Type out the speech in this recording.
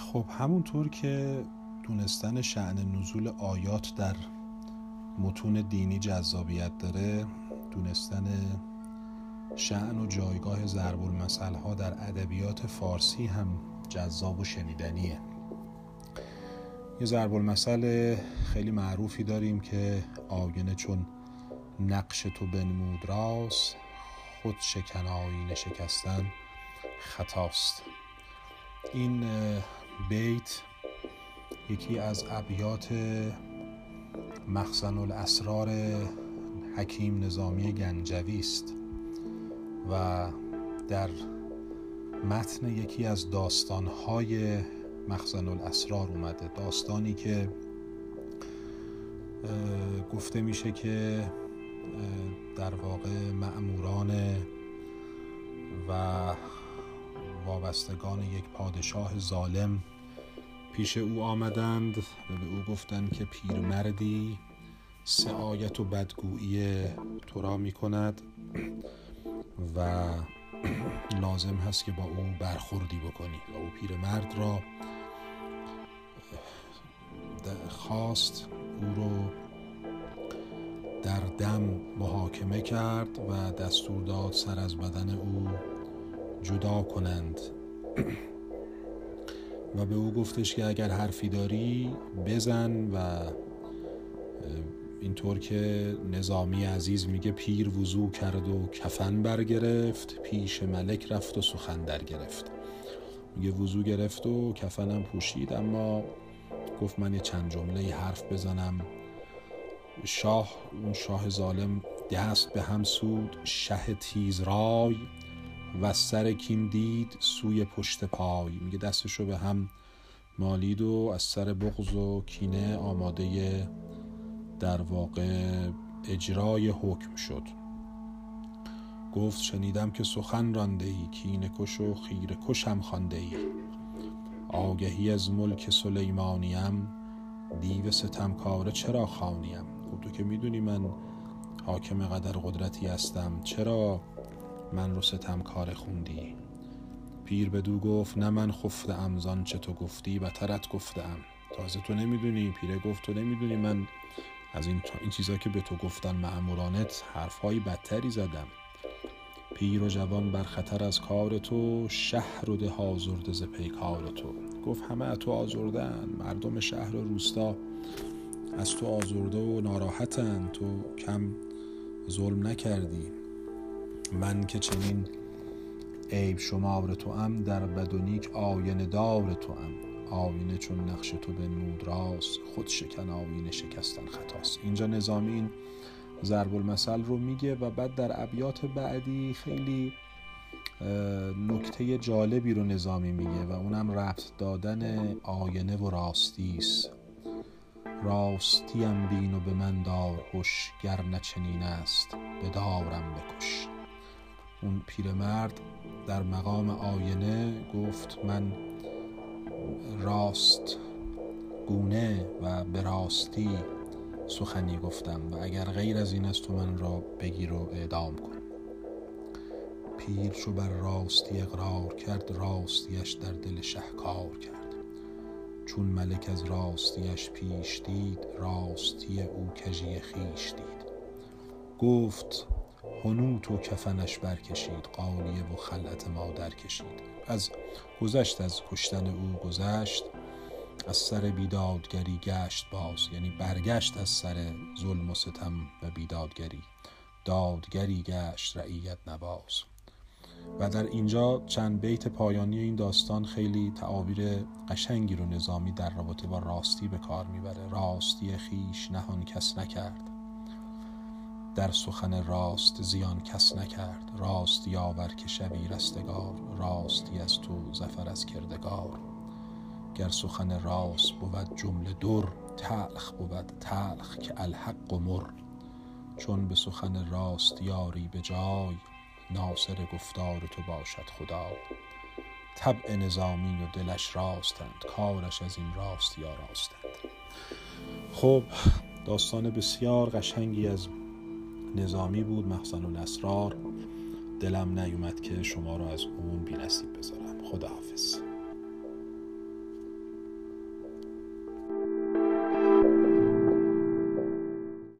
خب همونطور که دونستن شأن نزول آیات در متون دینی جذابیت داره، دونستن شأن و جایگاه ضرب المثل ها در ادبیات فارسی هم جذاب و شنیدنیه. یه ضرب المثل خیلی معروفی داریم که آینه چون نقش تو بنمود راست، خود شکن آینه شکستن خطاست. این بیت یکی از ابیات مخزن الاسرار حکیم نظامی گنجوی است و در متن یکی از داستان‌های مخزن الاسرار اومده، داستانی که گفته میشه که در واقع مأموران و وابستگان یک پادشاه ظالم پیش او آمدند و به او گفتند که پیرمردی سعایت و بدگویی تو را می کند و لازم هست که با او برخوردی بکنی. و او پیرمرد را خواست او رو در دم محاکمه کرد و دستور داد سر از بدن او جدا کنند و به او گفتش که اگر حرفی داری بزن. و اینطور که نظامی عزیز میگه پیر وضو کرد و کفن برگرفت، پیش ملک رفت و سخن در گرفت. میگه وضو گرفت و کفنم پوشید، اما گفت من یه چند جمله حرف بزنم. اون شاه ظالم دست به هم سود، شه تیز رای و سر کین دید سوی پشت پای. میگه دستشو به هم مالید و از سر بغض و کینه آماده در واقع اجرای حکم شد. گفت شنیدم که سخن رانده ای، کینه کش و خیره کشم خوانده ای. آگهی از ملک سلیمانیم، دیو ستمکاره چرا خوانیم. خب تو که میدونی من حاکم قدر قدرتی هستم، چرا من رو ستمکاره خوندی؟ پیر بدو گفت نه من خفته ام زان چه تو گفتی بترت گفته ام. تازه تو نمیدونی. پیره گفت تو نمیدونی من از این چیزا که به تو گفتن مأمورانت حرفهای بدتری زدم. پیر و جوان بر خطر از کار تو، شهر و ده آزرده ز پیکار تو. گفت همه از تو آزردن، مردم شهر و روستا از تو آزرده و ناراحتن، تو کم ظلم نکردی. من که چنین عیب شمار تو ام، در بد و نیک آینه دار تو ام. آینه چون نقش تو بنمود راست، خود شکن آینه شکستن خطاست. اینجا نظامی این ضرب المثل رو میگه و بعد در ابیات بعدی خیلی نکته جالبی رو نظامی میگه و اونم ربط دادن آینه و راستی است. راستیم بین و به من دار هوش، گر نه چنین است بدارم بکش. اون پیرمرد در مقام آینه گفت من راست گونه و به راستی سخنی گفتم و اگر غیر از این است تو من را بگیر و اعدام کن. پیر چو بر راستی اقرار کرد، راستیش در دل شهکار کرد. چون ملک از راستیش پیش دید، راستی او کژی خویش دید. گفت حنوط و کفنش برکشید، قالیه و خلعت مادر کشید. از کشتن او گذشت، از سر بیدادگری گشت باز. یعنی برگشت از سر ظلم و ستم و بیدادگری، دادگری گشت رعیت نواز. و در اینجا چند بیت پایانی این داستان خیلی تعابیر قشنگی رو نظامی در رابطه با راستی به کار میبره. راستی خویش نهان کس نکرد، در سخن راست زیان کس نکرد. راستی آور که شوی رستگار، راستی از تو ظفر از کردگار. گر سخن راست بود جمله در، تلخ بود تلخ که الحق و مر. چون به سخن راست یاری به جای، ناصر گفتار تو باشد خدا. طبع نظامی و دلش راستند، کارش از این راستی آراستند. خب داستان بسیار قشنگی از نظامی بود، مخزن الاسرار. دلم نیومد که شما را از اون بی نصیب بذارم. خداحافظ.